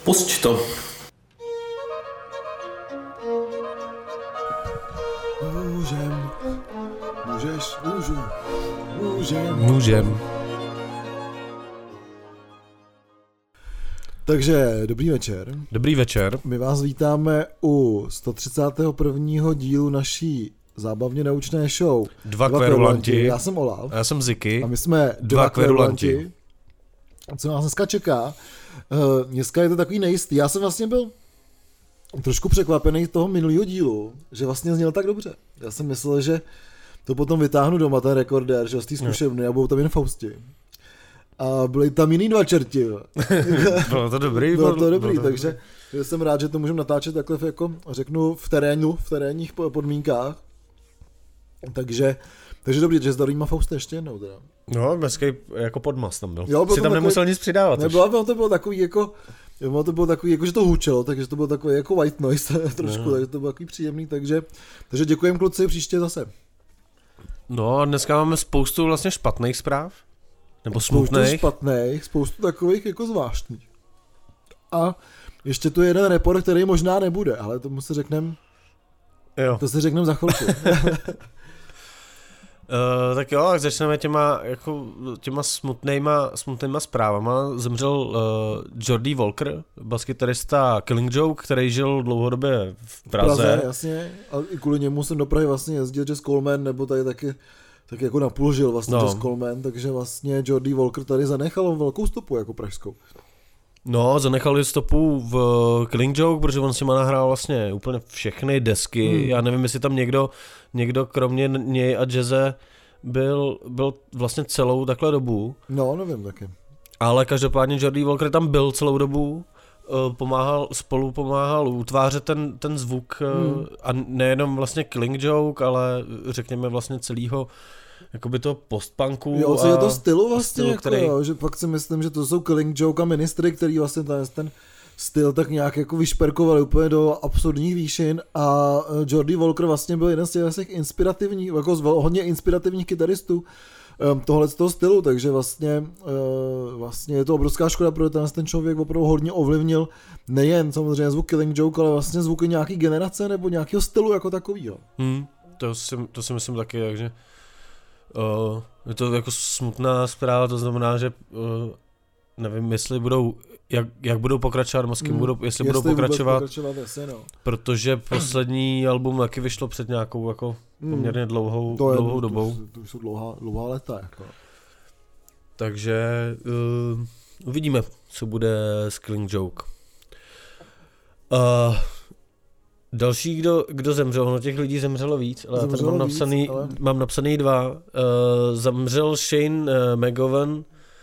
Pusť to. Můžem. Takže dobrý večer. Dobrý večer. My vás vítáme u 131. dílu naší zábavně naučné show. Dva kverulanti. Já jsem Olaf. A já jsem Ziky. A my jsme dva kverulanti. Co nás dneska čeká? Dneska je to takový nejistý. Já jsem vlastně byl trošku překvapený toho minulého dílu, že vlastně zněl tak dobře. Já jsem myslel, že to potom vytáhnu doma, ten rekordér, že z té zkušebny a budou tam jen Fausti. A byli tam jiný dva čerti. Bylo to dobrý. Bylo to dobrý, takže jsem rád, že to můžeme natáčet takhle, jako řeknu, v terénních podmínkách. Takže dobrý, že zdarujíme Fausta ještě jednou teda. No, dneska jako podmas tam byl. Jo, si tam takový, nemusel nic přidávat. To bylo takový jako, že to hučelo, takže to bylo takový jako white noise trošku, takže to bylo takový příjemný, takže děkujem kluci, příště zase. No a dneska máme spoustu vlastně špatných zpráv. Nebo smutných. Spoustu takových jako zvláštních. A ještě tu je jeden report, který možná nebude, ale tomu si řekneme. Jo. To si řekneme za chvilku. Tak jo, tak začneme těma smutnýma zprávama. Zemřel Jordy Walker, baskytarista Killing Joke, který žil dlouhodobě v Praze. Jasně, a i kvůli němu jsem do Prahy vlastně jezdil Jazz Coleman, nebo tady taky tak jako napůl žil vlastně Jazz Coleman, takže vlastně Jordy Walker tady zanechal velkou stopu jako pražskou. No, zanechal stopu v Killing Joke, protože on si má nahrál vlastně úplně všechny desky. Já nevím, jestli tam někdo kromě něj a Jazze byl vlastně celou takhle dobu. No, nevím taky. Ale každopádně Jordy Walker tam byl celou dobu, pomáhal utvářet ten zvuk a nejenom vlastně Killing Joke, ale řekněme vlastně celýho jakoby toho postpunku. Jo, co je to stylu vlastně, stylu, který... jo, že fakt si myslím, že to jsou Killing Joke a Ministry, který vlastně ten styl tak nějak jako vyšperkovali úplně do absurdních výšin a Jordy Walker vlastně byl jeden z těch inspirativních, jako hodně inspirativních kytaristů tohle z toho stylu, takže vlastně je to obrovská škoda, protože ten člověk opravdu hodně ovlivnil nejen samozřejmě zvuk Killing Joke, ale vlastně zvuky nějaký generace nebo nějakého stylu jako takovýho. To si myslím taky, takže je to jako smutná zpráva, to znamená, že nevím, jestli budou, jak budou pokračovat, nebo s kým jestli budou pokračovat, jasně, no. Protože poslední album taky vyšlo před nějakou jako poměrně dlouhou dobou. To jsou dlouhá léta. Jako. Takže uvidíme, co bude s Killing Joke. Další, kdo zemřel, no těch lidí zemřelo víc, ale já tady mám napsaný dva. Zemřel Shane McGowan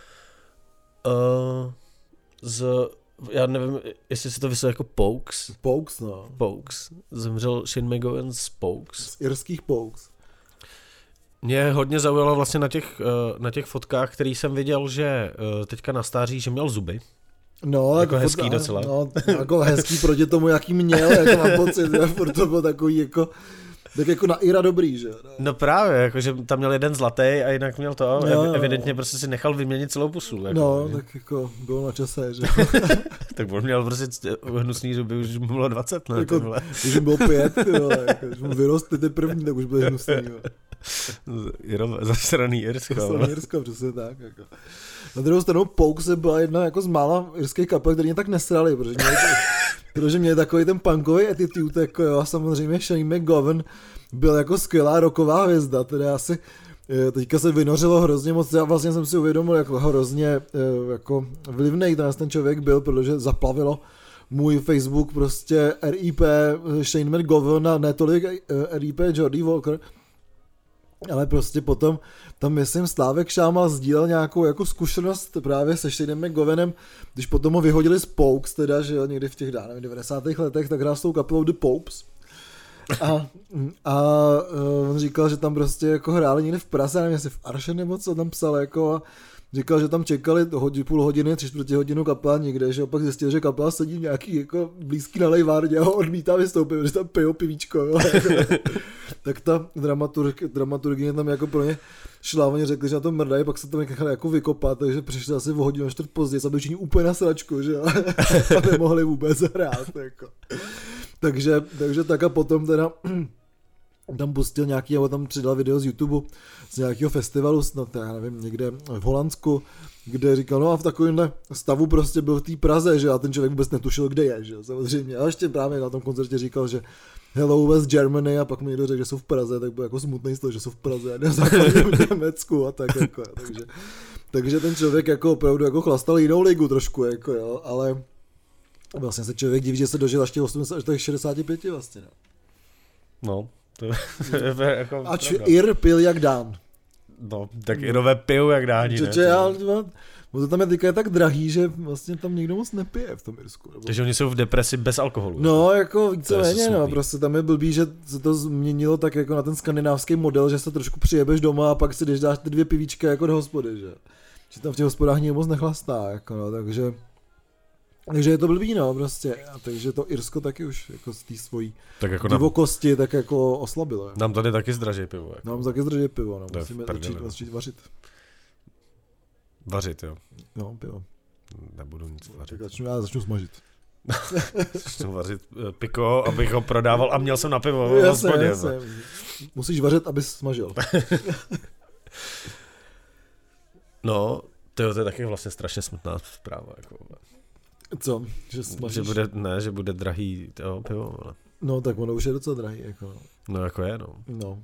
já nevím, jestli se to vysvětlí jako Pokes. Pokes. Zemřel Shane McGowan z Pokes. Z irských Pokes. Mě hodně zaujalo vlastně na těch fotkách, který jsem viděl, že teďka na stáří, že měl zuby. No, jako hezký docela. No, jako hezký proti tomu, jaký měl, jako mám pocit, to bylo takový jako, tak jako na Ira dobrý, že? No právě, jakože tam měl jeden zlatý a jinak měl to, evidentně prostě si nechal vyměnit celou pusu. Jako, no, tak jako bylo na čase, že? Tak on měl prostě hnusný zuby, už mu bylo 20, ne? Jako, už mu bylo 5, jako, už mu vyrostly ty první, tak už byly hnusný. Zasraný Irsko, přesně tak. Jako. Na druhou stranu Pokes byla jedna jako z mála irských kapel, který mě tak nesrali, protože měli takový ten punkový attitude, jako jo, a samozřejmě Shane McGowan byl jako skvělá rocková hvězda, teda asi teďka se vynořilo hrozně moc, já vlastně jsem si uvědomil, jako hrozně jako vlivnej ten člověk byl, protože zaplavilo můj Facebook prostě RIP Shane McGowan a netolik RIP Jordy Walker, ale prostě potom tam myslím Slávek Šámal sdílel nějakou jako zkušenost právě se Shanem McGowanem, když potom ho vyhodili z Pokes, teda, že jo, někdy v těch 90. letech, tak hrál s tou kapelou The Popes. A on říkal, že tam prostě jako hráli někde v Praze, nevím jestli v Arše nebo co tam psal, jako a říkal, že tam čekali půl hodiny, 3/4 hodinu kapela někde, že opak zjistil, že kapela sedí nějaký jako blízký na lejvárně a ho odmítá vystoupit, protože tam pijou pivíčko. Jo. Tak ta dramaturgie tam jako pro ně šla, oni řekli, že na to mrdají, pak se tam nechali jako vykopat, takže přišli asi o hodinu 4 později, aby učinili úplně na sračku, že jo. A nemohli vůbec hrát. Jako. Takže tak a potom teda tam pustil nějaký, nebo tam přidal video z YouTube z nějakého festivalu, snad já nevím, někde v Holandsku, kde říkal, no a v takovémhle stavu prostě byl v té Praze, že a ten člověk vůbec netušil, kde je, že samozřejmě. A ještě právě na tom koncertě říkal, že hello West Germany a pak mi někdo řekl, že jsou v Praze, tak byl jako smutný z toho, že jsou v Praze a ne v Německu a tak jako, takže ten člověk jako opravdu jako chlastal jinou ligu trošku, jako jo, ale vlastně se člověk diví, že se dožil až těch 65 vlastně, no. No. To je jako ač Ir pil jak dán. No, tak Irové pijou jak dáni, ne? To tam je teďka tak drahý, že vlastně tam nikdo moc nepije v tom Irsku. Takže oni jsou v depresi bez alkoholu. No, jako víceméně, no, prostě tam je blbý, že se to změnilo tak jako na ten skandinávský model, že se trošku přijebeš doma a pak si jdeš dáš ty 2 pivíčka jako do hospody, že tam v těch hospodách nikdo moc nechlastá, jako no, takže je to blbý, no, prostě. A takže to Irsko taky už jako z té svojí divokosti tak jako oslabilo. Nám tady taky zdraží pivo. Jako. Nám taky zdraží pivo, no. Musíme začít vařit. Vařit, jo. No, pivo. Nebudu nic vařit. Já začnu smažit. Začnu vařit piko, abych ho prodával a měl jsem na pivo v hospodě. Musíš vařit, abys smažil. No, to je taky vlastně strašně smutná zpráva. Jako. Co? Že bude drahý pivo, ale. No tak ono už je docela drahý, jako. No jako je, no. No.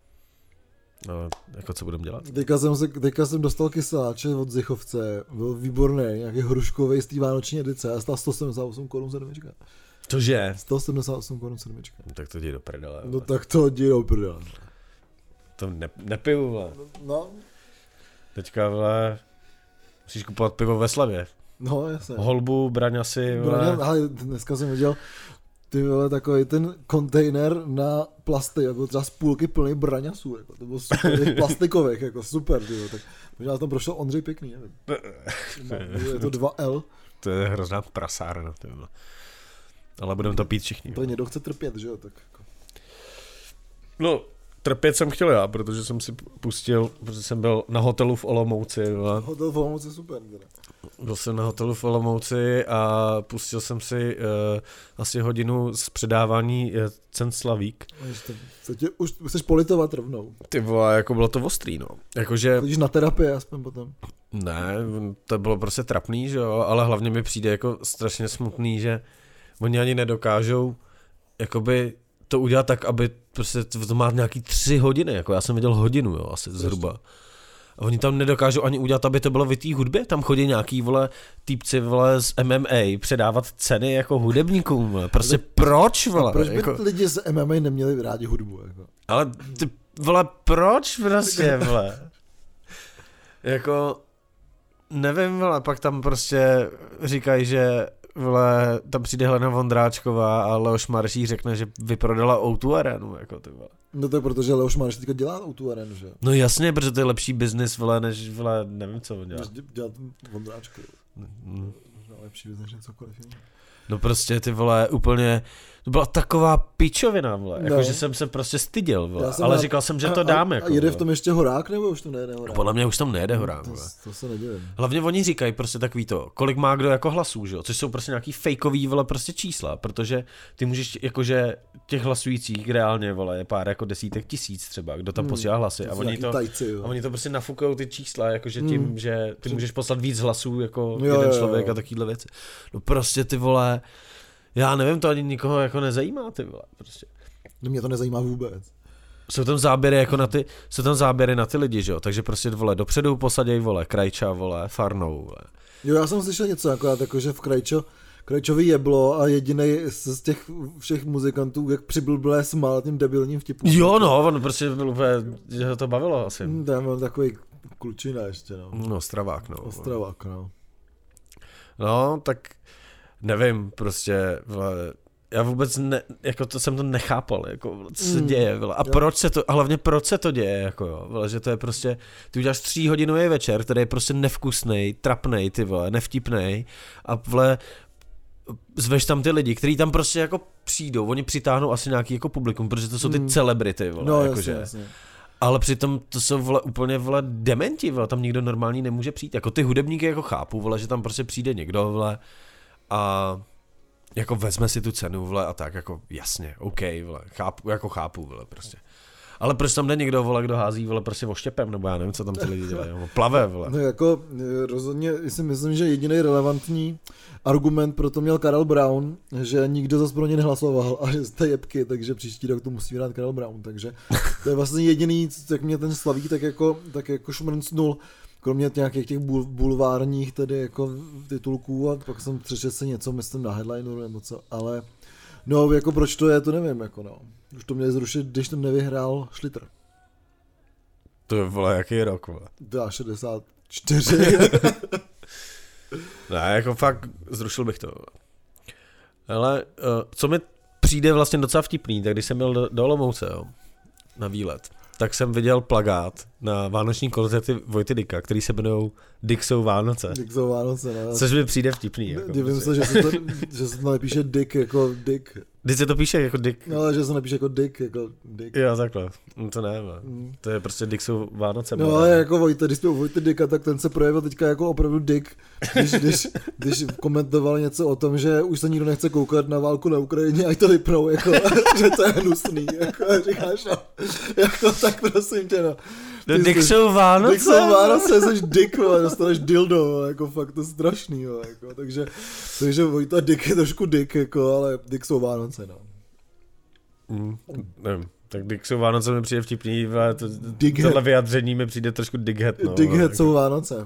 No, jako co budeme dělat? Teďka jsem dostal kyseláče od Zichovce, byl výborný, nějaký hruškovej z té vánoční edice a stál 178 korun sedmička. Cože? 178 korun sedmička. No, tak to jdi do prdele. No tak to jdi do prdele. To nepiju, vle. No. Teďka, vle, musíš kupovat pivo ve Slavě. No, jasně. Holbu, Braňasy, ale dneska jsem viděl ty vole, takový ten kontejner na plasty, jako třeba z půlky plný Braňasů, jako, to bylo super, plastikových, jako super, tyjo, tak možná tam prošel Ondřej Pěkný, nevím. Je to 2L. To je hrozná prasárna, tyjo. Ale budeme to pít všichni. To někdo chce trpět, že jo, tak jako. No, trpět jsem chtěl já, protože jsem si pustil, protože jsem byl na hotelu v Olomouci. Hotel v Olomouci super, teda. Byl jsem na hotelu v Olomouci a pustil jsem si asi hodinu z předávání cen Slavík. Už chceš politovat rovnou. Ty vole, jako bylo to ostrý, no. Jakože... Chodíš na terapii aspoň potom. Ne, to bylo prostě trapný, že jo, ale hlavně mi přijde jako strašně smutný, že oni ani nedokážou jakoby to udělat tak, aby prostě to má nějaký 3 hodiny, jako já jsem viděl hodinu, jo, asi zhruba. A oni tam nedokážou ani udělat, aby to bylo v té hudbě, tam chodí nějaký, vole, týpci, vole, z MMA předávat ceny jako hudebníkům, vole. Prostě proč, vole? A proč by jako... lidi z MMA neměli rádi hudbu, jako? Ale ty, vole, proč prostě, vole? Jako, nevím, vole, pak tam prostě říkají, že vole, tam přijde Helena Vondráčková a Leoš Marší řekne, že vyprodala O2 Arenu, jako ty vole. No to je protože Leoš Marší teďka dělá O2 Arenu, že? No jasně, protože to je lepší biznis, vole, než, vole, nevím, co on dělá. Dělat Vondráčku. Lepší biznis než cokoliv. No prostě ty vole, úplně, to byla taková pičovina, vole, no. Jakože jsem se prostě styděl, vole, ale říkal jsem, že to dáme. A jede v tom ještě Horák, nebo už to nejede Horák? No, podle mě už tam nejede Horák, vole. To se nedivím. Hlavně oni říkají prostě takový to, kolik má kdo jako hlasů, že jo, což jsou prostě nějaký fejkový, vole, prostě čísla, protože ty můžeš, jakože těch hlasujících reálně, vole, je pár jako desítek tisíc třeba, kdo tam posílá hlasy a oni to prostě nafukujou ty čísla, jakože tím, že ty můžeš poslat víc hlasů jako jeden člověk a takovýhle věci. No prostě ty vole, já nevím, to ani nikoho jako nezajímá, ty vole, prostě. No mě to nezajímá vůbec. Jsou tam záběry jako na ty lidi, že jo, takže prostě, vole, dopředu posaděj, vole, Krajča, vole, Farnou, vole. Jo, já jsem slyšel něco akorát, jakože v Krajčovi jeblo a jedinej z těch všech muzikantů, jak přiblblé smál tím debilním vtipům. Jo, no, on prostě byl úplně, že ho to bavilo asi. Tam mám takový klučina ještě, no. No, Ostravák, no. Ostravák, no. No, tak nevím, prostě, vole, já vůbec jako to jsem to nechápal, jako co se děje, vole. A proč se to, a hlavně proč se to děje, jako jo, vole, že to je prostě, ty uděláš 3hodinový večer, který je prostě nevkusnej, trapnej, ty vole, nevtipnej a vole, zveš tam ty lidi, kteří tam prostě jako přijdou, oni přitáhnou asi nějaký jako publikum, protože to jsou ty celebrity, vole, no, jakože. Jasně. Ale přitom to jsou vole, úplně vole, dementi, vole, tam nikdo normální nemůže přijít, jako ty hudebníky jako chápu, vole, že tam prostě přijde někdo, vole, a jako vezme si tu cenu, vole, a tak, jako jasně, OK, vole, chápu, vole, prostě. Ale proč tam jde někdo, vole, kdo hází, vole, prostě oštěpem, nebo já nevím, co tam ty lidi dělají, plave, vole. No jako rozhodně si myslím, že jediný relevantní argument pro to měl Karel Brown, že nikdo zase pro ně nehlasoval a že jste jebky, takže příští rok to musí hrát Karel Brown, takže to je vlastně jediný, jak mě ten slaví, tak jako šmrncnul, kromě nějakých těch bulvárních tedy jako titulků a pak jsem přečetl se něco, myslím na headlineu nebo co, ale no jako proč to je, to nevím, jako no. Už to měli zrušit, když tam nevyhrál Schlitter. To je, vole, jaký rok, vole? Dá 64. Ne, jako fakt zrušil bych to. Ale co mi přijde vlastně docela vtipný, tak když jsem byl do Olomouce, jo, na výlet, tak jsem viděl plakát na vánoční koncerty Vojty Dicka, který se jmenují Dick jsou Vánoce. Dick jsou Vánoce, ne? Což mi přijde vtipný. Jako, divím se, že se to nepíše Dick jako Dick. Když se to píše jako Dick. No, ale že se napíše jako Dick, jako Dick. Jo, takhle. No, to ne, to je prostě Dick jsou Vánoce. No, ale jako Vojta, když jsme u Vojty Dicka, tak ten se projevil teďka jako opravdu Dick, když komentoval něco o tom, že už se nikdo nechce koukat na válku na Ukrajině, ať to vypnou, jako, že to je hnusný, jako, říkáš, no, jako, tak prosím tě, no. Dick jsou Vánoce? Dick jsou Vánoce, jsi Dick, dostaneš dildo, jako fakt to je strašný, jako, takže Vojta Dick je trošku Dick, jako, ale Dick jsou Vánoce, no. Nevím, tak Dick jsou Vánoce mi přijde vtipný, tohle vyjádření mi přijde trošku Dickhead, no. Dickhead jsou Vánoce.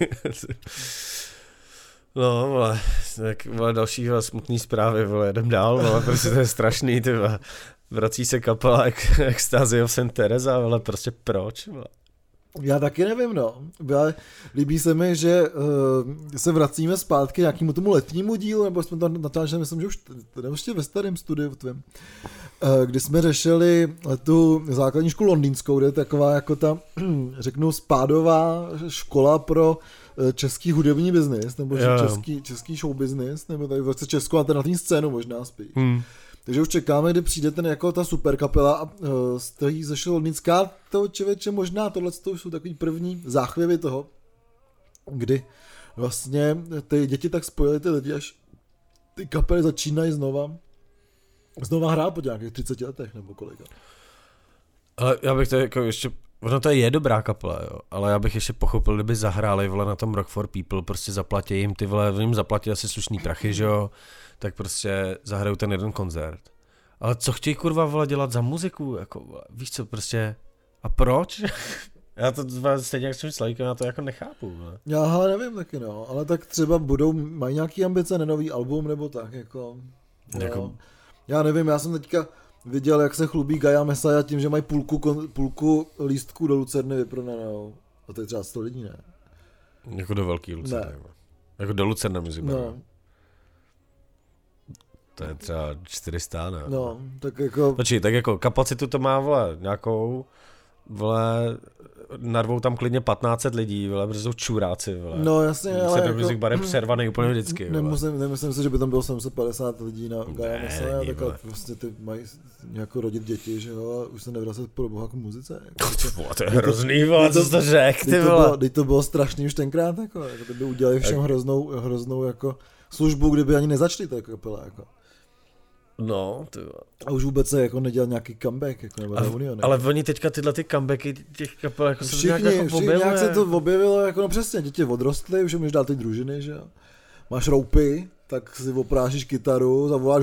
No, vole, tak vole, další vole, smutný zprávy, vole, jedem dál, vole, prostě to je strašný, ty vole. Vrací se kapela Ecstasy of St. Teresa, ale prostě proč? Vole? Já taky nevím, no. Líbí se mi, že se vracíme zpátky nějakému tomu letnímu dílu, nebo jsme tam natáčeli, myslím, že už ještě ve starém studiu tvém, kdy jsme řešili tu základní školu londýnskou, kde je taková jako ta, řeknu, spádová škola pro český hudební biznis, nebo český show business, nebo tady vlastně českou alternativní scénu možná spíš. Takže už čekáme, kdy přijde ten jako ta super kapela a stojí ze Londýnská, toho člověče možná tohle jsou takový první záchvěvy toho, kdy vlastně ty děti tak spojily ty lidi, až ty kapely začínají znova hrát po nějakých 30 letech nebo kolika. Ale já bych to jako ještě, ono to je dobrá kapela, jo, ale já bych ještě pochopil, kdyby zahráli, vole, na tom Rock for People, prostě zaplatí jim ty, vole, jim zaplatí asi slušný prachy, že jo, tak prostě zahrajou ten jeden koncert. Ale co chtějí, kurva, vole, dělat za muziku, jako, víš co, prostě, a proč? Já to stejně jak jsem Slajkem, já to jako nechápu. Ne? Já ale nevím taky, no, ale tak třeba mají nějaký ambice na nový album, nebo tak, jako. Já nevím, já jsem teďka viděl, jak se chlubí Gaia Messiah tím, že mají půlku lístků do Lucerny vyprodanou. A to je třeba 100 lidí, ne? Jako do velký Lucerny. Ne. Jako do Lucerny myslím. No. To je třeba 400, ne? No, tak jako... Počkej, tak jako kapacitu to má, vole, nějakou, vole, narvou tam klidně 1500 lidí, vole, protože jsou čuráci, vole. No jasně, ale jako... Music bar je přervaný úplně vždycky, nemyslím si, že by tam bylo 750 lidí na Gaia Messiah, tak vlastně ty mají nějakou rodit děti, že jo, a už se nevracet pro boha k muzice. To je hrozný, vole, co jsi to řekl, ty vole. Teď to bylo strašný už tenkrát, jako by udělali všem hroznou jako službu, kdyby ani nezačali ta kapela, jako. No, ty. A už vůbec se jako nedělal nějaký comeback, jako nebo reunion. Ale oni teďka tyhle ty comebacky těch kapel jako se nějak jako nějak se to objevilo, jako no přesně, děti odrostly, už můžeš dát ty družiny, že jo. Máš roupy, tak si oprášíš kytaru, zavoláš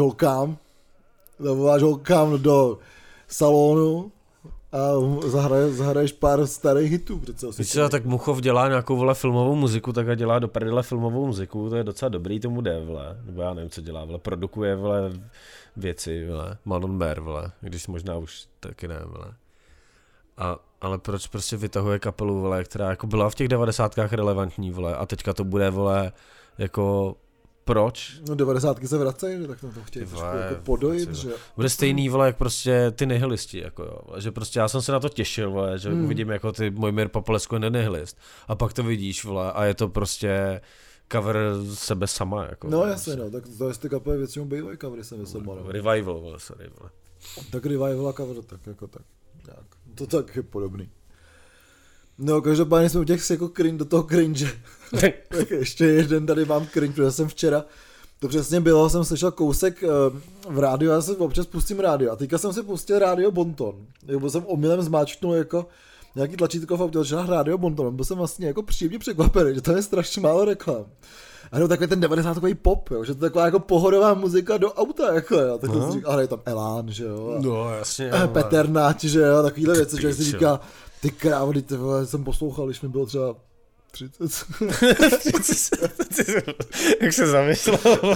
holkám do salonu a zahraješ pár starých hitů. Víš co, tak Muchov dělá nějakou, vole, filmovou muziku, tak a dělá do prdele filmovou muziku, to je docela dobrý, tomu jde, vole. Nebo já nevím, co dělá, vole, produkuje, vole, věci, vole, Manon Bear, vole, když možná už taky ne, vole. Ale proč prostě vytahuje kapelu, vole, která jako byla v těch 90kách relevantní, vole, a teďka to bude, vole, jako proč? No 90 se vracejí, že tak to chtějí trošku jako podojit, že... Bude stejný, vole, jak prostě ty nihilisti, jako jo, že prostě já jsem se na to těšil, vole, že uvidím jako ty Mojmír Popolesku je nihilist a pak to vidíš, vole, a je to prostě cover sebe sama, jako. No jasně, no, tak to jestli kapely většinou bývají covery sebe sama, no. Revival, vole, sorry, vole. Tak revival a cover, tak jako tak, nějak, to tak je podobný. No, každopádně jsme u těch jako do toho cringe. Tak ještě jeden tady mám cringe, protože jsem včera, to přesně bylo, jsem slyšel kousek v rádiu, já se občas pustím rádio a teďka jsem si pustil rádio Bonton, byl jsem omylem zmáčknul jako nějaký tlačítko v autě, že na rádio Bonton, byl jsem vlastně jako příjemně překvapený, že to je strašně málo reklam. A no takový ten 90-kový pop, jo, že to je taková jako pohodová muzika do auta, jako jo, tak to si říká, ale je tam Elán, že jo, no jasně, Petr Nať, že jo, takovýhle věci, že si říká, ty krávo, ty vole, jsem poslouchal, když mi bylo třeba 30. Jak se zamyslel.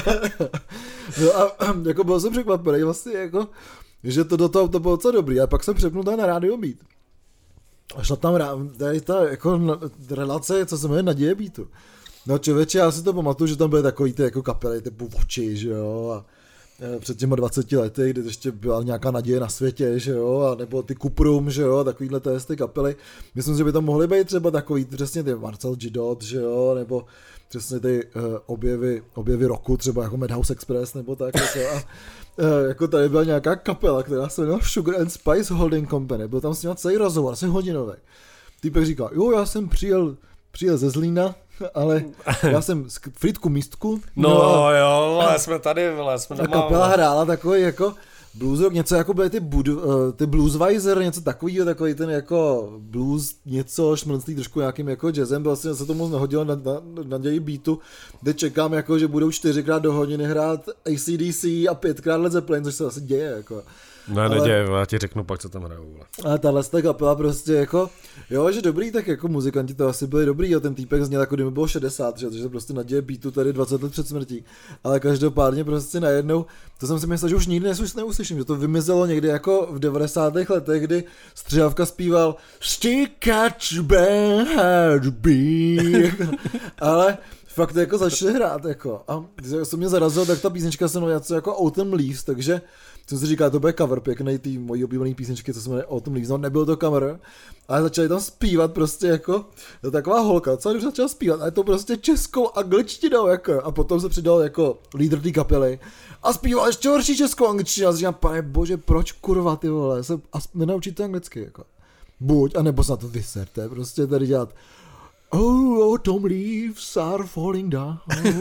No a jako byl jsem překvapený vlastně, jako, že to do toho to bylo co dobrý, a pak jsem přepnul tady na rádio Beat. A šla tam tady ta jako relace, co se jmenuje Naděje Beatu. No člověče, já si to pamatuju, že tam byly takový ty jako kapely typu Voči, že jo, a před těma 20 lety, kdy ještě byla nějaká naděje na světě, že jo, a nebo ty Kuprum, že jo, takovýhle ty kapely. Myslím, že by tam mohly být třeba takový, přesně ty Marcel Gidot, že jo, nebo přesně ty objevy roku, třeba jako Madhouse Express, nebo tak, jako, a jako tady byla nějaká kapela, která se jmenovala Sugar and Spice Holding Company, byl tam s nimi celý rozhovor, asi hodinový. Týpek říká, jo, já jsem přijel ze Zlína, ale já jsem z Frýdku místku. No jo, ale jsme tady, jsme doma. A kapela hrála takový jako blues rock, něco jako byly ty Bluesweiser, něco takovýho, takový ten jako blues, něco šmrnclý trošku nějakým jako jazzem, vlastně se to moc nehodilo na ději beatu, kde čekám jako, že budou 4x do hodiny hrát AC/DC a 5x Led Zeppelin, což se asi děje jako. No neděje, já ti řeknu pak, co tam hrajou. Ale tahle kapela prostě jako, jo, že dobrý, tak jako muzikanti to asi byli dobrý, jo, ten týpek zněl jako kdyby bylo 60, že, takže prostě Naděje Beatu tady 20 let před smrtí, ale každopádně prostě najednou, to jsem si myslel, že už nikdy neuslyším, že to vymizelo někdy jako v 90. letech, kdy Střihavka zpíval Still catch bad beat, ale fakt jako začali hrát, jako, a co mě zarazilo, tak ta písnička se jmenuje něco jako Autumn Leaves, takže jsem si říkal, to bude cover pěkný, ty mojí oblíbený písničky, co se jmenuje Autumn Leaves, no nebyl to cover, ale začali tam zpívat prostě jako, to taková holka, co když začala zpívat, a je to prostě českou angličtinou, jako, a potom se přidal jako lídr té kapely a zpíval ještě horší českou angličtinu, a si říkám, pane bože, proč kurva ty vole, se nenaučíte anglicky, jako, buď, anebo se na to vyserte, prostě tady dělat autumn leaves are falling down.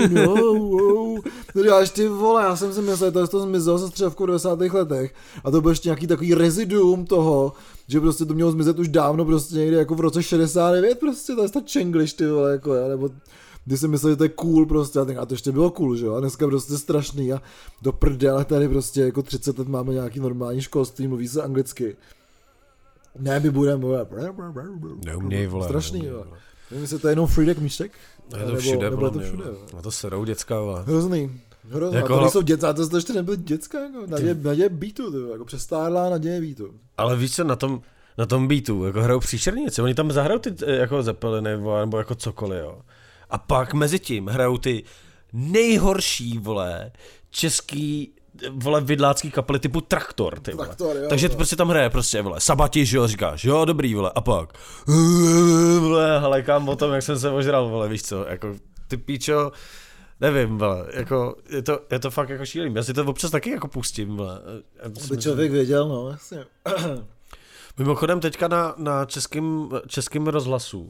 Říkáš, ty vole, já jsem si myslel, to zmizelo se Střihavkou v 90. letech a to byl ještě nějaký takový reziduum toho, že prostě to mělo zmizet už dávno, prostě někdy jako v roce 69, prostě to je ta Čenglish, ty vole, jako já, nebo když jsem myslel, že to je cool prostě, a to ještě bylo cool, že jo, a dneska prostě strašný a do prdele tady prostě jako 30 let máme nějaký normální školství, mluví se anglicky. Ne, my budeme mluvit. Neuměj, vole. Strašný, jo. Nevím, jestli to je jenom Frýdek místek? Je to všude, nebo to všude, a to serou děcka, vole. Hrozný. Jako a to nejsou děcka, to ještě nebyly děcka, jako Naděje Beatu, jako přestárlá Naděje Beatu. Ale víš co, na tom beatu, jako hrajou příšerníci, oni tam zahrajou ty jako Zeppeliny, nebo jako cokoliv, jo. A pak mezi tím hrajou ty nejhorší, vole, český, vole, vidlácký kapely typu Traktor, ty vole. Traktor, jo, takže to prostě tam hraje prostě, vole, Sabati, že jo, říkáš, jo, dobrý, vole, a pak, vole, halekám o tom, jak jsem se ožral, vole, víš co, jako, ty píčo, nevím, vole, jako, je to fakt jako šílený, já si to občas taky jako pustím, vole. Aby člověk věděl, no, jasně. Mimochodem teďka na českém rozhlasu,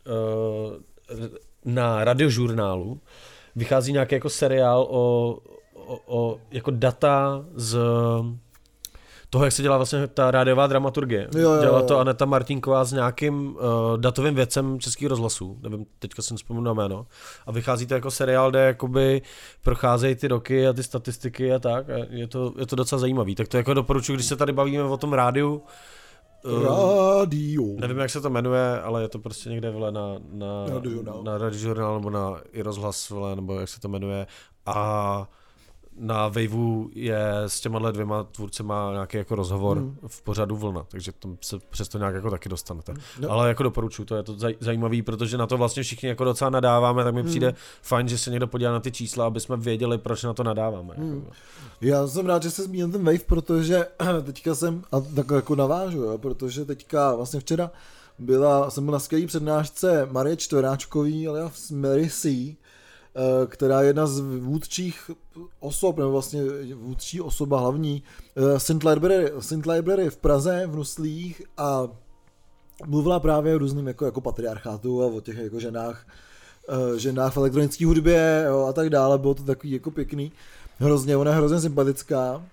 na radiožurnálu, vychází nějaký jako seriál o jako data z toho, jak se dělá vlastně ta rádiová dramaturgie. Jo. Dělala to Aneta Martinková s nějakým datovým věcem českých rozhlasů, nevím, teďka jsem vzpomněl na jméno, a vychází to jako seriál, kde jakoby procházejí ty roky a ty statistiky a tak, a je to docela zajímavý, tak to jako doporučuji, když se tady bavíme o tom rádiu, rádio. Nevím, jak se to jmenuje, ale je to prostě někde, vole, na radiožurnál nebo na i rozhlas, vole, nebo jak se to jmenuje, a na Waveu je s těma dvěma tvůrcema nějaký jako rozhovor v pořadu Vlna, takže tam se přesto nějak jako taky dostanete. No. Ale jako doporučuji, to je to zajímavý, protože na to vlastně všichni jako docela nadáváme, tak mi přijde fajn, že se někdo podívá na ty čísla, aby jsme věděli, proč na to nadáváme. Já jsem rád, že se zmínil ten Wave, protože teďka jsem, a tak jako navážu, jo, protože teďka vlastně včera jsem byl na skvělý přednášce Marie Čtveráčkový, alias Mary C., která je jedna z vůdčích osob, nebo vlastně vůdčí osoba hlavní Synth Library v Praze, v Nuslích, a mluvila právě o různým jako patriarchátu a o těch jako ženách v elektronické hudbě, jo, a tak dále. Bylo to takový jako pěkný. Ona je hrozně sympatická.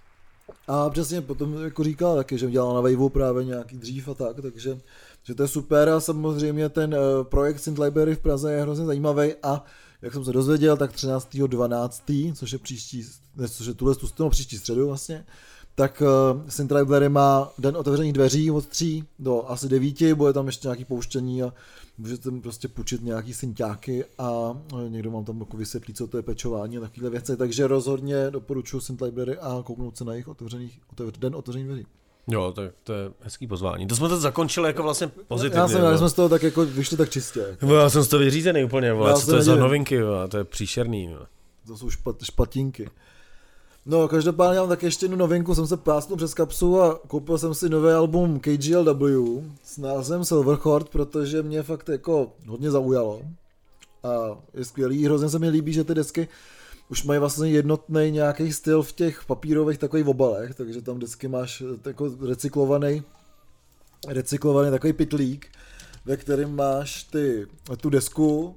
A přesně potom jako říkala taky, že dělala na Waveu právě nějaký dřív a tak, takže že to je super, a samozřejmě ten projekt Synth Library v Praze je hrozně zajímavý, a jak jsem se dozvěděl, tak 13.12., což je příští středu vlastně, tak Synth Library má den otevřených dveří od 3 do asi 9, bude tam ještě nějaký pouštění a můžete prostě půjčit nějaký synťáky a někdo vám tam jako vysvětlí, co to je pečování a takovéhle věci, takže rozhodně doporučuji Synth Library a kouknout se na jejich den otevřených dveří. Jo, tak to je hezký pozvání. To jsme to zakončili jako vlastně pozitivně. Já jsem rád, že jsme z toho tak jako vyšli tak čistě. Jako. Já jsem z toho vyřízený úplně, co to je za novinky, to je příšerný. To jsou špatinky. No, každopádně mám tak ještě jednu novinku, jsem se pásnul přes kapsu a koupil jsem si nový album KGLW s názvem Silverhorde, protože mě fakt jako hodně zaujalo. A je skvělý, hrozně se mi líbí, že ty desky už mají vlastně jednotný nějaký styl v těch papírových takových obalech, takže tam vždycky máš jako recyklovaný takový pytlík, ve kterém máš tu desku,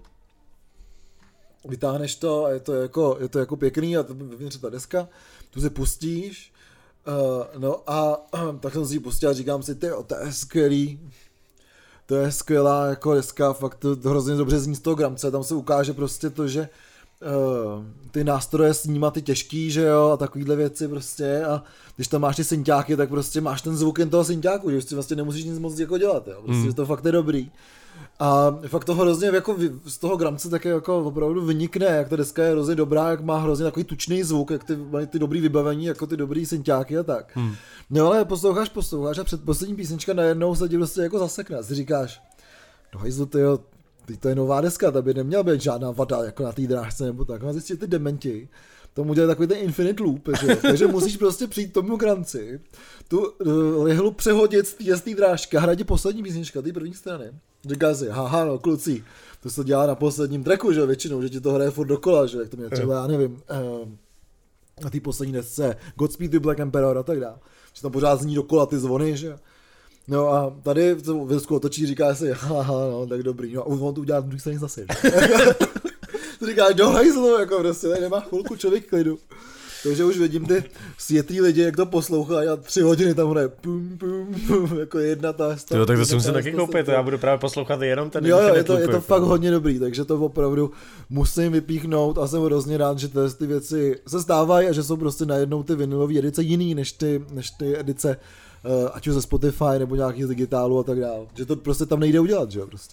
vytáhneš to a je to jako pěkný a vevnitř ta deska, tu si pustíš, no a tak jsem si ji pustil a říkám si, to je skvělý, to je skvělá jako deska, fakt to hrozně dobře zní z toho gramce, tam se ukáže prostě to, že ty nástroje snímat ty těžký, že jo, a takovýhle věci prostě, a když tam máš ty synťáky, tak prostě máš ten zvuk jen toho synťáku, že si vlastně nemusíš nic moc jako dělat, jo, prostě to fakt je dobrý. A fakt to hrozně jako z toho gramce také jako opravdu vynikne, jak ta deska je hrozně dobrá, jak má hrozně takový tučný zvuk, jak ty dobrý vybavení, jako ty dobrý synťáky a tak. No ale posloucháš a předposlední písnička najednou se ti prostě jako zasekne a si říkáš, no hejzlu, tyjo, to je nová deska, ta by neměla být žádná vada jako na té drážce nebo tak. A zjistit, ty dementi tomu dělají takový ten infinite loop, že? Takže musíš prostě přijít tomu granci, tu lehlu přehodit z té drážky a hrát poslední písnička, té první strany. Říká si, haha, no kluci, to se dělá na posledním tracku, že většinou, že ti to hraje furt dokola, že jak to mě třeba, já nevím, na té poslední desce Godspeed to Black Emperor a tak dále. Že tam pořád zní dokola ty zvony, že? No a tady v Vilsku otočí, říká si, haha, no tak dobrý, no a on to udělá druhý straně zase. To říkáš, do hajzlu, jako prostě, tady nemá chvilku člověk klidu. Takže už vidím ty světlí lidi, jak to poslouchají a 3 hodiny tam hraje pum, pum, pum, jako jedna ta stav. Jo, tak to si musím taky koupit, já budu právě poslouchat jenom ten. Jo, je to fakt hodně dobrý, takže to opravdu musím vypíchnout a jsem hrozně rád, že ty věci se stávají a že jsou prostě najednou ty vinylové edice jiný než ty edice, ať už ze Spotify nebo nějakých digitálů a tak dále. Že to prostě tam nejde udělat, že jo, prostě.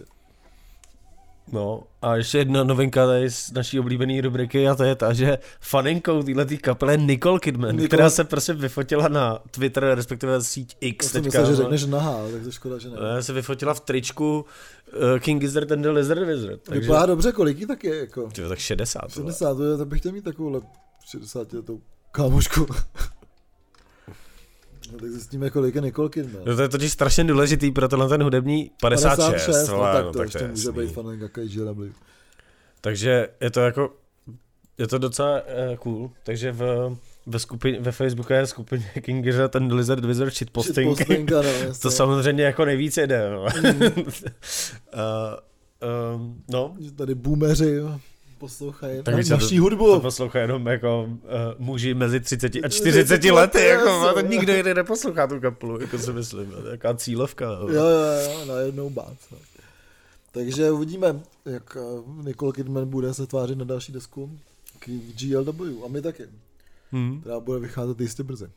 No a ještě jedna novinka tady z naší oblíbené rubriky a to je ta, že faninkou téhletý kapely je Nicole Kidman, která se prostě vyfotila na Twitter, respektive síť X teďka. Myslím, že řekneš nahá, tak to škoda, že ne. Se vyfotila v tričku King Gizzard and the Lizard Wizard. Takže... Vypadá dobře, kolik jí tak je, jako? Tyjo, tak 60. 60, to bych chtěl mít takovouhle 60 letou kámošku. No, tak zjistíme, kolik je Nicole Kidman. No, to je totiž strašně důležitý pro tenhle ten hudební 56. No, tak to ještě může být faninka KGLW. Takže je to docela cool. Takže ve Facebooku je skupině King Gizzard and Lizard Wizard shitposting. No, to samozřejmě jako nejvíc jede. No. No. Tady boomeři, jo. Poslouchají naší hudbu. To poslouchají jenom jako muži mezi 30 a 40 lety, jako to nikdo jiný neposlouchá tu kapelu, jako si myslím, taková cílovka. Jo, najednou bác. No. Takže uvidíme, jak Nicole Kidman bude se tvářit na další desku k GLW, a my taky. Která bude vycházet jistě brzy.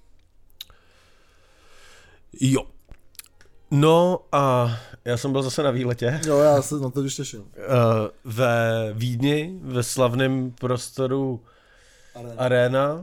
Jo. No a já jsem byl zase na výletě. Jo, já se na to už těším. Ve Vídni, ve slavném prostoru Arena.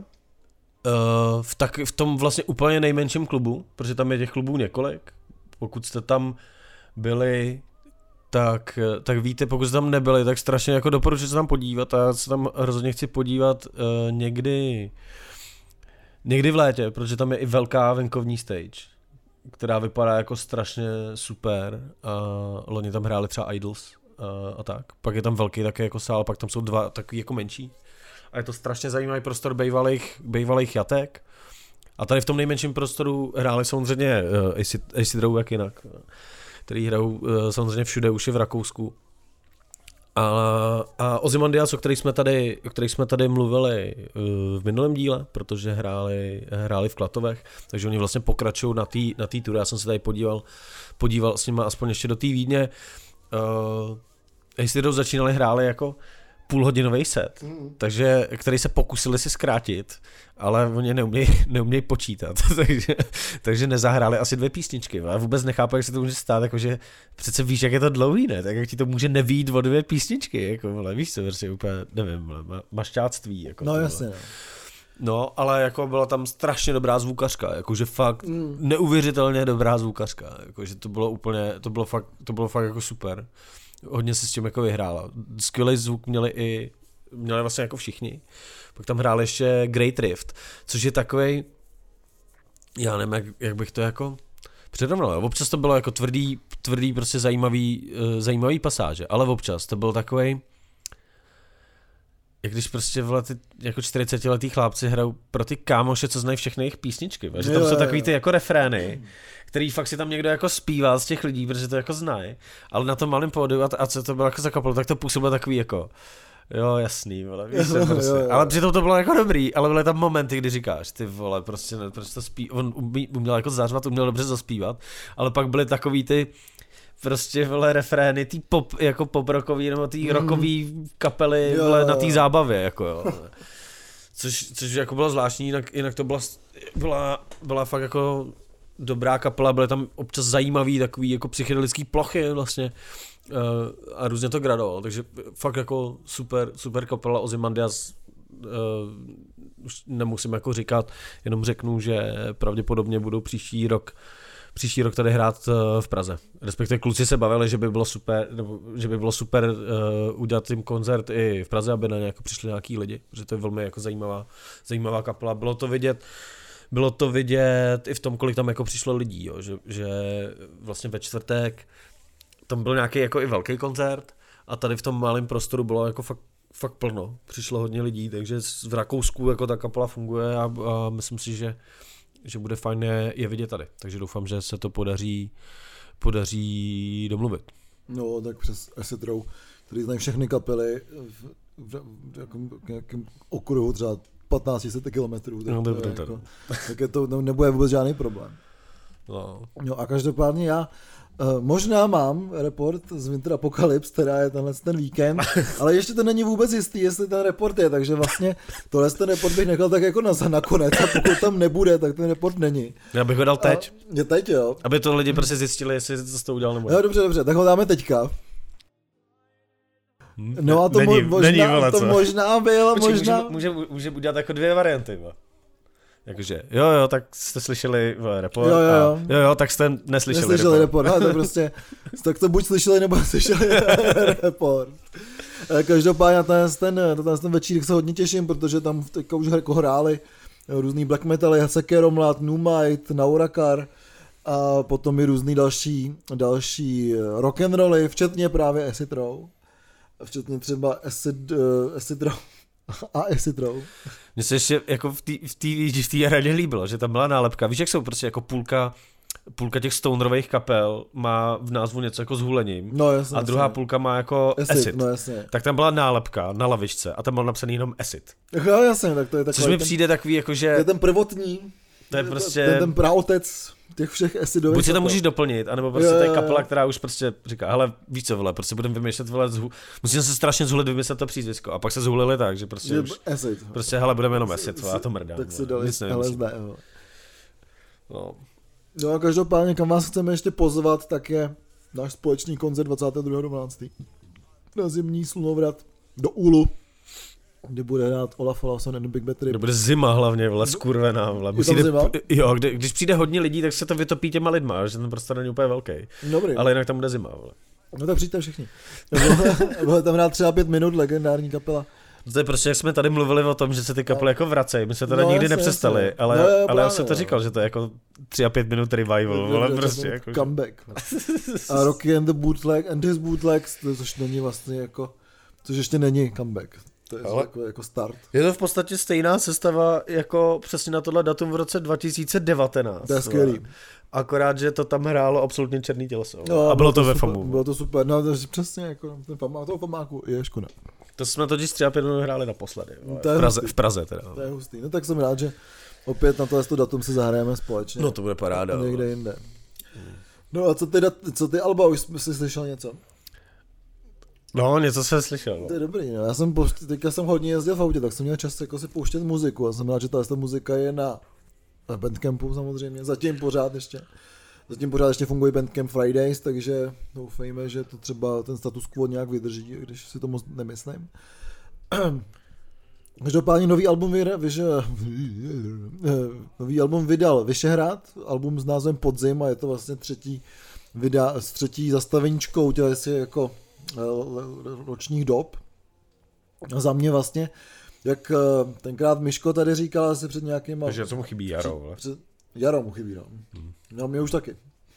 V tom vlastně úplně nejmenším klubu, protože tam je těch klubů několik. Pokud jste tam byli, tak víte, pokud jste tam nebyli, tak strašně jako doporučuji se tam podívat a já se tam rozhodně chci podívat někdy v létě, protože tam je i velká venkovní stage, která vypadá jako strašně super a loni tam hráli třeba Idols a tak. Pak je tam velký také jako sál, pak tam jsou dva takový jako menší. A je to strašně zajímavý prostor bývalých jatek. A tady v tom nejmenším prostoru hráli samozřejmě Acid Row jak jinak, který hrajou samozřejmě všude, už i v Rakousku. A Ozymandias, o kterých jsme tady mluvili v minulém díle, protože hráli v Klatovech, takže oni vlastně pokračují na té tuře. Já jsem se tady podíval s nimi aspoň ještě do té Vídně. Acid Row hráli jako půlhodinový set, takže, který se pokusili si zkrátit, ale oni neumějí počítat, takže nezahráli asi 2 písničky. Já vůbec nechápu, jak se to může stát, jakože přece víš, jak je to dlouhý, ne? Tak jak ti to může nevít o 2 písničky, jako, vole, víš co, prostě úplně, nevím, mašťáctví. Jako, no jasně. No, ale jako byla tam strašně dobrá zvukařka, jakože fakt neuvěřitelně dobrá zvukařka, jakože to bylo fakt jako super. Hodně se s tím jako vyhrála. Skvělý zvuk měli vlastně jako všichni. Pak tam hráli ještě Great Rift, což je takovej, já nevím, jak bych to jako přirovnal. Občas to bylo jako tvrdý prostě zajímavý pasáže, ale občas to byl takovej, jak když prostě ty jako 40letý chlápci hrajou pro ty kámoše, co znají všechny jejich písničky, že tam jsou takový ty jako refrény, který fakt si tam někdo jako zpívá z těch lidí, protože to jako znají, ale na tom malém pódiu a co to bylo jako za kapelu, tak to působilo takový jako jo, jasný, vole, víš co, prostě. Ale přitom to bylo jako dobrý, ale byly tam momenty, kdy říkáš, ty vole, prostě to on uměl jako zařvat, uměl dobře zaspívat, ale pak byly takový ty prostě, vole, refrény, ty pop rockový, nebo ty rockový kapely, vole, na té zábavě, jako jo. Což jako bylo zvláštní, jinak to byla fakt jako dobrá kapela, byly tam občas zajímavý takový jako psychedelický plochy vlastně a různě to gradovalo, takže fakt jako super kapela Ozymandias, už nemusím jako říkat, jenom řeknu, že pravděpodobně budou příští rok tady hrát v Praze. Respektive kluci se bavili, že by bylo super udělat jim koncert i v Praze, aby na ně jako přišli nějaký lidi, protože to je velmi jako zajímavá kapela. Bylo to vidět i v tom, kolik tam jako přišlo lidí, jo, že vlastně ve čtvrtek tam byl nějaký jako i velký koncert a tady v tom malém prostoru bylo jako fakt plno. Přišlo hodně lidí, takže v Rakousku jako ta kapela funguje a myslím si, že bude fajn je vidět tady. Takže doufám, že se to podaří domluvit. No, tak přes Acid Row, který znají všechny kapely v nějakém okruhu třeba 1500 kilometrů. Tak je to nebude vůbec žádný problém. No a každopádně já možná mám report z Winter Apocalypse, která je ten víkend, ale ještě to není vůbec jistý, jestli ten report je, takže vlastně ten report bych nechal tak jako nakonec a pokud tam nebude, tak ten report není. Já bych ho dal teď. Je teď, jo. Aby to lidi prostě zjistili, jestli to s tou udělal nebo ne. No dobře, tak ho dáme teďka. No a to možná bylo, možná... Může udělat jako 2 varianty, jakože, jo, tak jste slyšeli report jo, tak jste neslyšeli report. No, to prostě, tak to buď slyšeli, nebo slyšeli report. Každopádně ten večírek se hodně těším, protože tam teďka už jako hráli různý black metaly, Sekeromlat, Numite, Naurakar a potom i různý další rock'n'rolly, včetně právě Acid Row. Včetně třeba Acid Row a Acid Row. Mně se ještě jako v té radě líbilo, že tam byla nálepka. Víš, jak jsou prostě jako půlka těch stonerových kapel má v názvu něco jako s hulením, no, jasně, a druhá jasně. Půlka má jako acid. No, jasně. Tak tam byla nálepka na lavičce a tam byl napsaný jenom acid. No jasně, tak to je takový. Což mi přijde takový jako, že... To je ten prvotní, to je prostě... ten praotec těch všech acidových. Buď si to můžeš doplnit, anebo prostě to je kapela, která už prostě říká, hele, víš co, vole, prostě budeme vymýšlet, vole, musím se strašně zhulit vymyslet to přízvisko. A pak se zhulili tak, že prostě že už... acid. Prostě, hele, budeme jenom acid, a to mrdám. Tak si dali LSD, jo. No a každopádně, kam vás chceme ještě pozvat, tak je náš společný koncert 22.12. na zimní slunovrat do Úlu. kdy bude hrát Olaf Olafsson and the Big Bad Trip. To bude zima hlavně, vole, skurvená, vole. Jo, když přijde hodně lidí, tak se to vytopí těma lidma, že ten prostor není úplně velký. Dobrý. Ale jinak tam bude zima, vole. No tak přijďte všichni. Bude tam hrát třeba 5 minut, legendární kapela. To je prostě, jak jsme tady mluvili o tom, že se ty kapely jako vracejí, my se teda nikdy nepřestali, ale já jsem to říkal, že to je jako 3 a 5 minut revival, ale prostě jako... Comeback. A Rocky and the Bootleg, and his Bootlegs, což není vlastně jako, což ještě není comeback. To je jako start. Je to v podstatě stejná sestava jako přesně na tohle datum v roce 2019. To je skvělý. Akorát, že to tam hrálo absolutně černý těleso. No, a bylo to ve FAMu. Bylo to super, no to přesně jako ten toho FAMáku je škoda. To jsme totiž 3 a 5 minut hráli naposledy. V Praze teda. To je hustý. No tak jsem rád, že opět na tohle datum se zahrajeme společně. No to bude paráda. Někde jinde. No a co ty Alba, už jsi slyšel něco? No, něco jsem slyšel. No. To je dobrý, no. Teďka jsem hodně jezdil v autě, tak jsem měl čas jako si pouštět muziku a jsem rád, že ta muzika je na Bandcampu samozřejmě, zatím pořád ještě funguje Bandcamp Fridays, takže doufejme, že to třeba ten status quo nějak vydrží, když si to moc nemyslím. Každopádně nový album vydal Vyšehrad, album s názvem Podzim a je to vlastně třetí zastaveníčkou jako ročních dob. A za mě vlastně, jak tenkrát Miško tady říkal asi před nějakým... Takže co mu chybí Jaro, Jaro mu chybí, no. No mě už taky.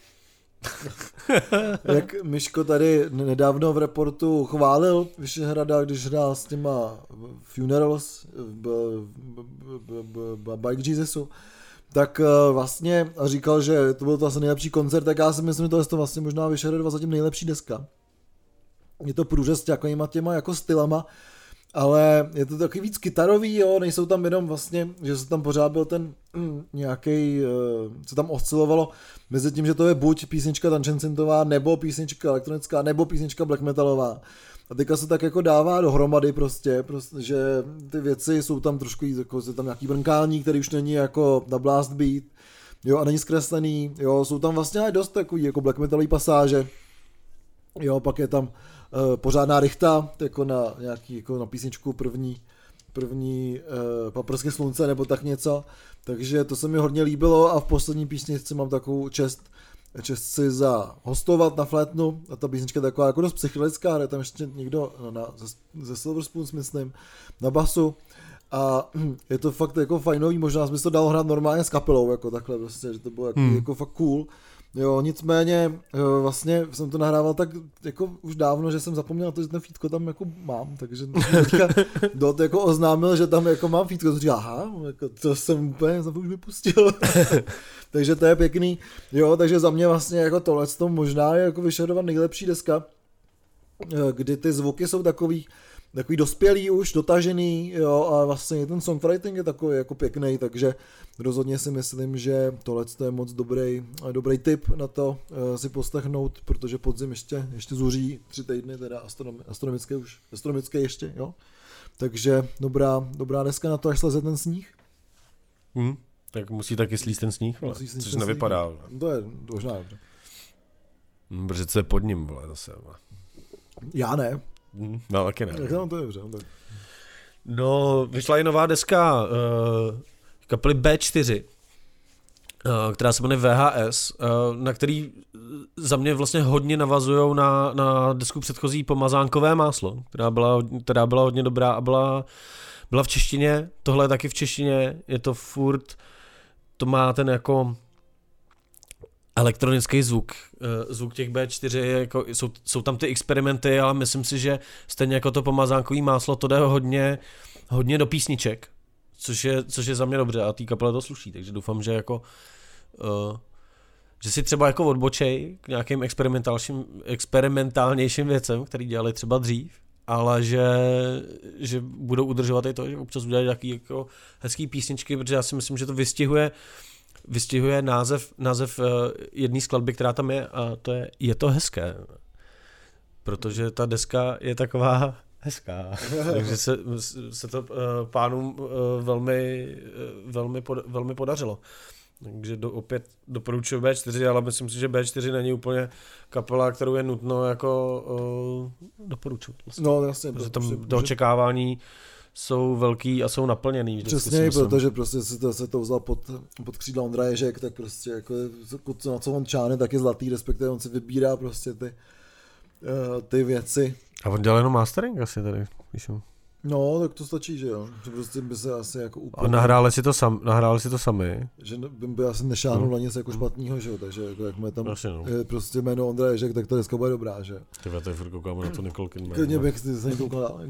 Jak Miško tady nedávno v reportu chválil Vyšehrada, když hrál s těma Funerals Bike Jesusu, tak vlastně říkal, že to byl to asi nejlepší koncert, tak já si myslím, že to je to vlastně možná Vyšehradova zatím nejlepší deska. Je to průřez těma jako stylama, ale je to taky víc kytarový, jo, nejsou tam jenom vlastně, že se tam pořád byl ten nějaký, co tam oscilovalo mezi tím, že to je buď písnička tančencintová, nebo písnička elektronická, nebo písnička black metalová. A teďka se tak jako dává dohromady prostě, že ty věci jsou tam trošku, jako je tam nějaký brnkání, který už není jako na blast beat, jo, a není zkreslený, jo, jsou tam vlastně dost takový jako black metalový pasáže, jo, pak je tam pořádná rychta, jako na nějaký, jako na písničku první Paprské slunce nebo tak něco, takže to se mi hodně líbilo a v poslední písničce mám takovou čest si zahostovat na flétnu a ta písnička je taková jako dost psychedelická, je tam ještě někdo ze Silver Spoons, myslím, na basu a je to fakt jako fajnový, možná jsem to dal hrát normálně s kapelou, jako takhle prostě, že to bylo jako fakt cool. Jo, nicméně vlastně jsem to nahrával tak jako už dávno, že jsem zapomněl na to, že ten feedko tam jako mám, takže teďka Dot jako oznámil, že tam jako mám feedko, říká, aha, jako to jsem úplně už vypustil. Takže to je pěkný, jo, takže za mě vlastně jako tohleto možná je jako Vyšehradova nejlepší deska, kdy ty zvuky jsou takový dospělý už, dotažený, jo, a vlastně ten songwriting je takový jako pěkný, takže rozhodně si myslím, že tohle je moc dobrý tip na to si poslechnout, protože podzim ještě zuří 3 týdny, teda astronomické ještě, jo. Takže dobrá deska na to, až sleze ten sníh. Tak musí taky slíst ten sníh, což nevypadá. To je možná dobře. Protože co je pod ním, vole, zase. Já ne. No, taky ne. No, to je dobře. No, vyšla i nová deska kapely B4, která se jmenuje VHS, na který za mě vlastně hodně navazujou na desku předchozí Pomazánkové máslo, která byla hodně dobrá a byla v češtině, tohle je taky v češtině, je to furt, to má ten jako elektronický zvuk těch B4, jako jsou tam ty experimenty, ale myslím si, že stejně jako to Pomazánkový máslo, to jde hodně do písniček, což je za mě dobře a té kapele to sluší, takže doufám, že jako že si třeba jako odbočej k nějakým experimentálnějším věcem, který dělali třeba dřív, ale že budou udržovat i to, že občas udělají nějaký jako hezký písničky, protože já si myslím, že to vystihuje název jedné skladby, která tam je, a to je to hezké. Protože ta deska je taková hezká. Takže se to pánům velmi podařilo. Takže opět doporučuji B4, ale myslím si, že B4 není úplně kapela, kterou je nutno jako doporučovat. Vlastně. No jasně. Protože tam to očekávání jsou velký a jsou naplněný. Přesně, protože prostě se to vzal pod křídla Ondra Ježek, tak prostě jako na co on čáhne, tak je zlatý, respektive on si vybírá prostě ty věci. A on dělal jenom mastering asi tady, píšu. No, tak to stačí, že jo. Že prostě by se asi jako úplně... A nahráli si to sami? Že by asi nešáhnul na nic jako špatného, že jo. Takže jako jak tam je prostě jméno Ondra Ježek, tak to dneska bude dobrá, že jo. Tyhle, tady furt koukáme na to Nicole Kidman. Klidně bych se nekoukal dál.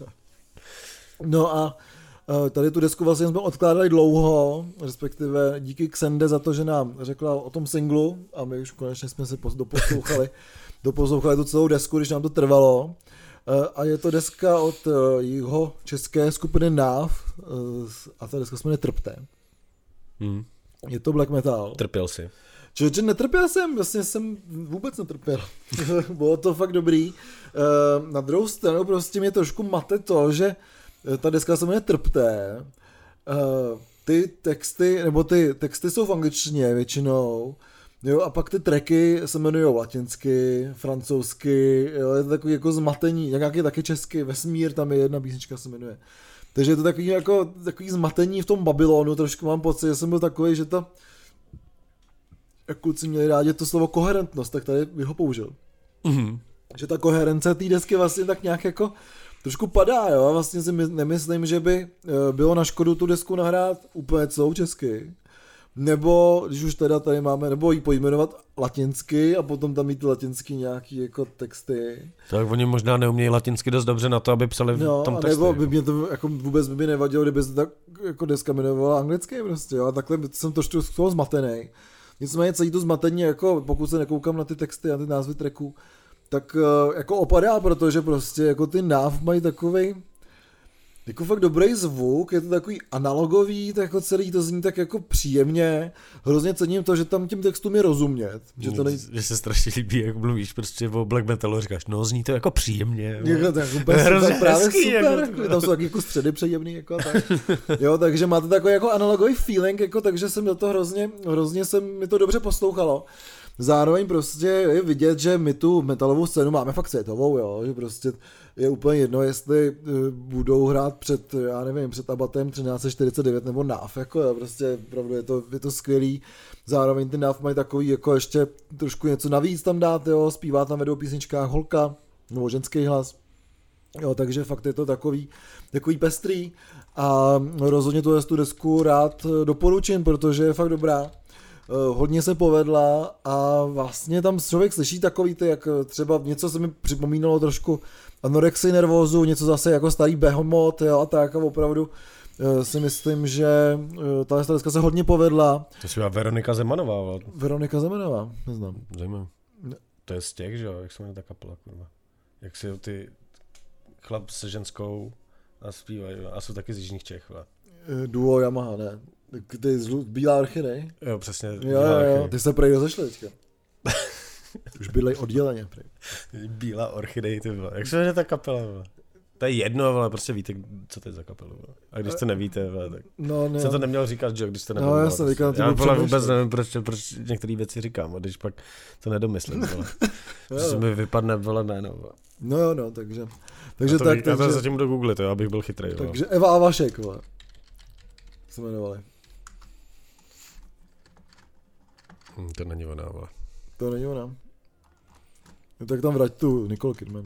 No a tady tu desku vlastně jsme odkládali dlouho, respektive díky Xende za to, že nám řekla o tom singlu a my už konečně jsme se doposlouchali tu celou desku, když nám to trvalo. A je to deska od jeho české skupiny NAV a ta deska se jmenuje Trpte. Je to black metal. Trpěl si. Člověče, netrpěl jsem, vlastně jsem vůbec netrpěl. Bylo to fakt dobrý. Na druhou stranu prostě mě trošku mate to, že ta deska se jmenuje Trpte. Ty texty jsou v angličtině většinou. Jo, a pak ty tracky se jmenují latinsky, francouzsky, jo, je to takový jako zmatení, nějaký taky česky, Vesmír, tam je jedna písnička se jmenuje. Takže je to takový zmatení v tom Babylonu, trošku mám pocit, že jsem byl takový, že to, jak kluci měli rádi to slovo koherentnost, tak tady bych ho použil. Mm-hmm. Že ta koherence té desky vlastně tak nějak jako trošku padá, jo, a vlastně si nemyslím, že by bylo na škodu tu desku nahrát úplně celou česky. Nebo, když už teda tady máme, nebo ji pojmenovat latinsky a potom tam mít latinsky nějaký jako texty. Tak oni možná neumějí latinsky dost dobře na to, aby psali v tom texty. Nebo by mě to jako vůbec by mi nevadilo, kdyby se tak jako deska jmenovala anglicky prostě, jo, a takhle jsem trošku z toho zmatený. Nicméně celý to zmatení, jako pokud se nekoukám na ty texty a ty názvy tracků, tak jako opadá, protože prostě jako ty NAV mají takovej jako fakt dobrý zvuk, je to takový analogový, tak jako celý to zní tak jako příjemně. Hrozně cením to, že tam těm textům je rozumět. Že se strašně líbí, jak mluvíš prostě o black metalu, říkáš, no zní to jako příjemně. Jako tak právě super, jako, tam jsou taky jako středy příjemný, jako tak. Jo, takže máte takový jako analogový feeling, jako, takže jsem do toho hrozně mi to dobře poslouchalo. Zároveň prostě je vidět, že my tu metalovou scénu máme fakt světovou, jo, že prostě je úplně jedno, jestli budou hrát před Abatem 1349 nebo NAV, jako jo, prostě opravdu je to skvělý. Zároveň ty NAV mají takový jako ještě trošku něco navíc tam dát, jo, zpívá tam ve dvou písničkách holka, nebo ženský hlas. Jo, takže fakt je to takový pestrý a rozhodně tu desku rád doporučím, protože je fakt dobrá. Hodně se povedla a vlastně tam člověk slyší takový ty, jak třeba něco se mi připomínalo trošku Anorexii nervózu, něco zase jako starý Behemoth, jo, a tak a opravdu si myslím, že ta deska se hodně povedla. To si byla Veronika Zemanová. Veronika Zemanová, neznám. Zajímavé. To je z těch, že jo, jak se jmenuje ta kapela, kurva. Jak si ty chlap se ženskou a zpívají, a jsou taky z jižních Čech, va. Duo Yamaha, ne? Ty Bílá orchidej? Jo, přesně. Jo, ty se prej rozešli teďka. Už bydlej odděleně, prej. Bílá orchidej, ty vole. Jak se jmenuje ta kapela, vole? To je jedno, ale prostě víte, co to je za kapelu. Vole. A když to nevíte, vole, tak se to neměl říkat, že když to nebylo. No, já jsem říkal, já vůbec nevím, proč některé věci říkám, a když pak to nedomyslím, vole. Že mi vypadne, vole, jméno, vole. No, takže já to zatím do Google, to abych byl chytrej, vole. Takže Eva a Vašek, vole. Se jmenovali. To není ona, vole. To není ona. No, tak tam vrať tu Nicole Kidman.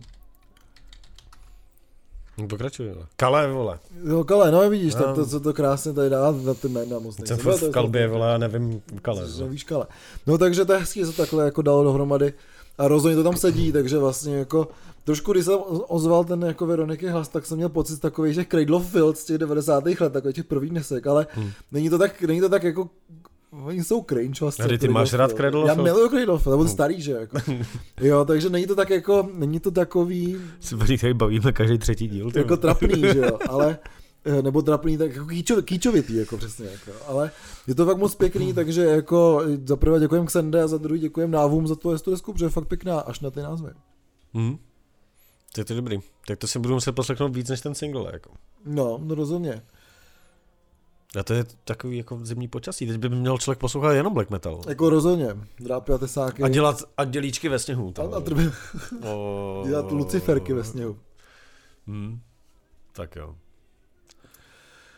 Pokračuj, vole. Kale, vole. Jo, Kale, no vidíš, tak to, co to krásně tady dá na ty jména moc nejsem. Jsem v kalbě, vole, já nevím Kale. Víš Kale. No takže to je hezký, že se takhle jako dalo dohromady a rozhodně to tam sedí, takže vlastně jako trošku, když jsem ozval ten jako Veroniky hlas, tak jsem měl pocit takových těch Cradle of Filth z těch 90. let, takových těch prvních desek, ale není to tak jako oni jsou cringe vlastně. A ty máš rád Cradle of Filth? Já miluju Cradle of Filth, to byl starý, že jako. Jo, takže není to tak jako, není to takový... Se tady bavíme každý třetí díl. Jako trapný, že jo, ale... Nebo trapný, tak jako kýčovitý, jako přesně, jako. Ale je to fakt moc pěkný, takže jako za prvé děkujem Xende a za druhý děkujem Návům za tu desku, protože je fakt pěkná, až na ty názvy. Tak to je dobrý. Tak to si budu muset poslechnout víc než ten single, jako. No rozhodně. A to je takový jako zimní počasí, teď by měl člověk poslouchat jenom black metal. Jako rozhodně, drápy a tesáky. A dělat dělíčky ve sněhu. Dělat luciferky ve sněhu. Tak jo.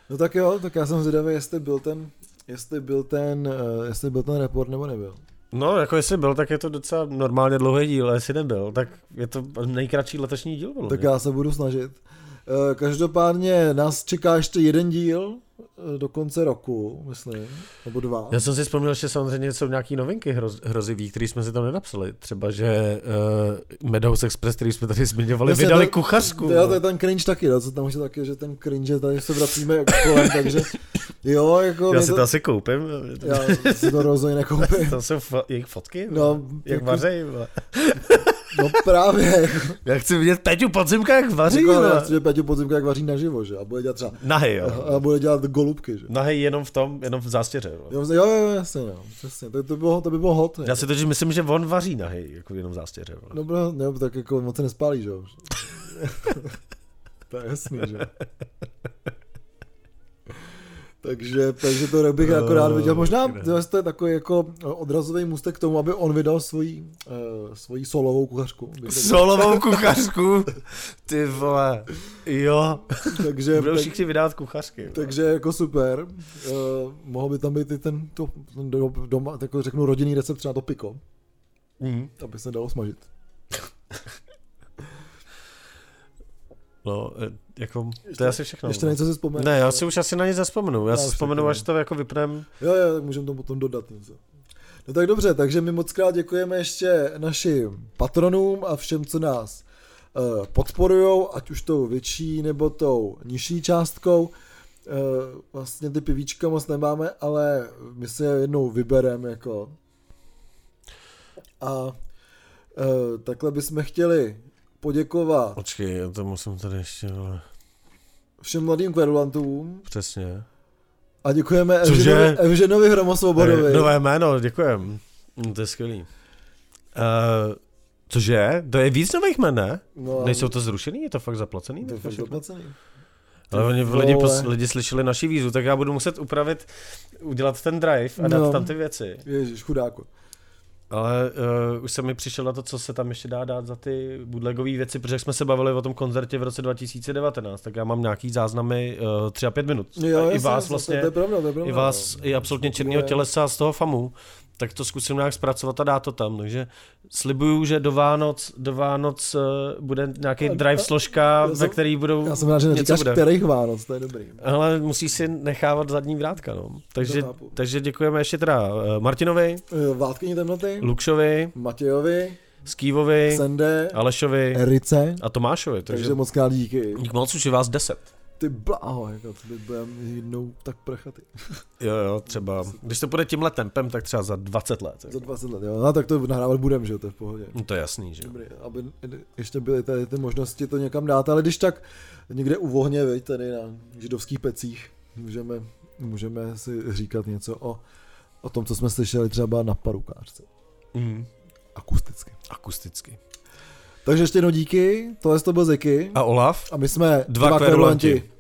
No tak jo, tak já jsem zvědavý, jestli byl ten report nebo nebyl. No, jako jestli byl, tak je to docela normálně dlouhý díl, a jestli nebyl, tak je to nejkratší letošní díl. Tak já se budu snažit. Každopádně nás čeká ještě jeden díl do konce roku, myslím, nebo 2. Já jsem si vzpomněl, že samozřejmě jsou nějaký novinky hrozivý, které jsme si tam nenapsali. Třeba, že Meadows Express, který jsme tady zmiňovali, vydali kuchařku. To je ten cringe taky, co tam už je taky, že ten cringe, tady se vracíme jako kolem, takže jo, jako... Já si to asi koupím. Já si to rozhodně nekoupím. To jsou jejich fotky? No, jak vařej? No právě. Já chci vidět Peťu Podzimka, jak vaří. Já chci vidět Peťu Podzimka, jak vaří naživo, že? A bude dělat třeba... Nahej, jo. A bude dělat golubky, že? Nahej jenom v zástěře. Jo, jasně, jo. Přesně. To by bylo hot. Já si totiž myslím, že on vaří nahej, jako jenom v zástěře. No, tak jako moc se nespálí, že jo. To je jasný, že? Takže to bych jako rád viděl. Možná to je takový jako odrazový můstek k tomu, aby on vydal svoji solovou kuchařku. Solovou kuchařku? Ty vole, jo. Takže budou všichni vydávat kuchařky. Takže jako super. Mohl by tam být i ten doma, jako řeknu rodinný recept třeba to piko. Aby se dalo smažit. No, jako, to je asi všechno. Ještě něco si vzpomenu. Ne, já si už asi na nic nespomenu. Já si vzpomenu, až to jako vypnem. Jo, tak můžeme to potom dodat něco. No tak dobře, takže my moc krát děkujeme ještě našim patronům a všem, co nás podporujou, ať už tou větší nebo tou nižší částkou. Vlastně ty pivíčka moc nemáme, ale my si je jednou vybereme jako. A takhle bychom chtěli poděkovat. Počkej, já to musím tady ještě, ale... všem mladým kverulantům. Přesně. A děkujeme Evženovi Hromosvobodovi. Nové jméno, děkujem. To je skvělý. Cože? To je víc nových jmen, ne? No, nejsou to zrušený? Je to fakt zaplacený? To je fakt zaplacený. Ale lidi slyšeli naši výzvu, tak já budu muset udělat ten drive a dát tam ty věci. Ježiš, chudáku. Ale už jsem mi přišel na to, co se tam ještě dá dát za ty bootlegové věci, protože jsme se bavili o tom koncertě v roce 2019, tak já mám nějaký záznamy 3 a 5 minut. Jo, I vás vlastně, to je pravda. i vás, i absolutně černýho tělesa z toho FAMu, tak to zkusím nějak zpracovat a dát to tam, takže slibuju, že do Vánoc bude nějaký drive složka, ve který budou... Já jsem rád, že neříkáš, kterých Vánoc, to je dobrý. Ale musí si nechávat zadní vrátka, no. Takže děkujeme ještě teda Martinovi, Vládkyni temnoty, Lukšovi, Matějovi, Skývovi, Sende, Alešovi, Erice a Tomášovi. Takže moc krát díky. Dík moc, už je vás 10. Ty bláho, jako to by budeme jednou tak prachatý. Jo, třeba, když to půjde tímhle tempem, tak třeba za 20 let. Za 20 let, jo, no tak to nahrávat budeme, že jo, to je v pohodě. No to je jasný, že jo. Dobrý, aby ještě byly tady ty možnosti to někam dát, ale když tak někde u vohně, veď, tady na židovských pecích, můžeme si říkat něco o tom, co jsme slyšeli třeba na parukářce. Akusticky. Takže ještě jednou díky, tohle to byl Zeky. A Olaf. A my jsme dva kverulanti.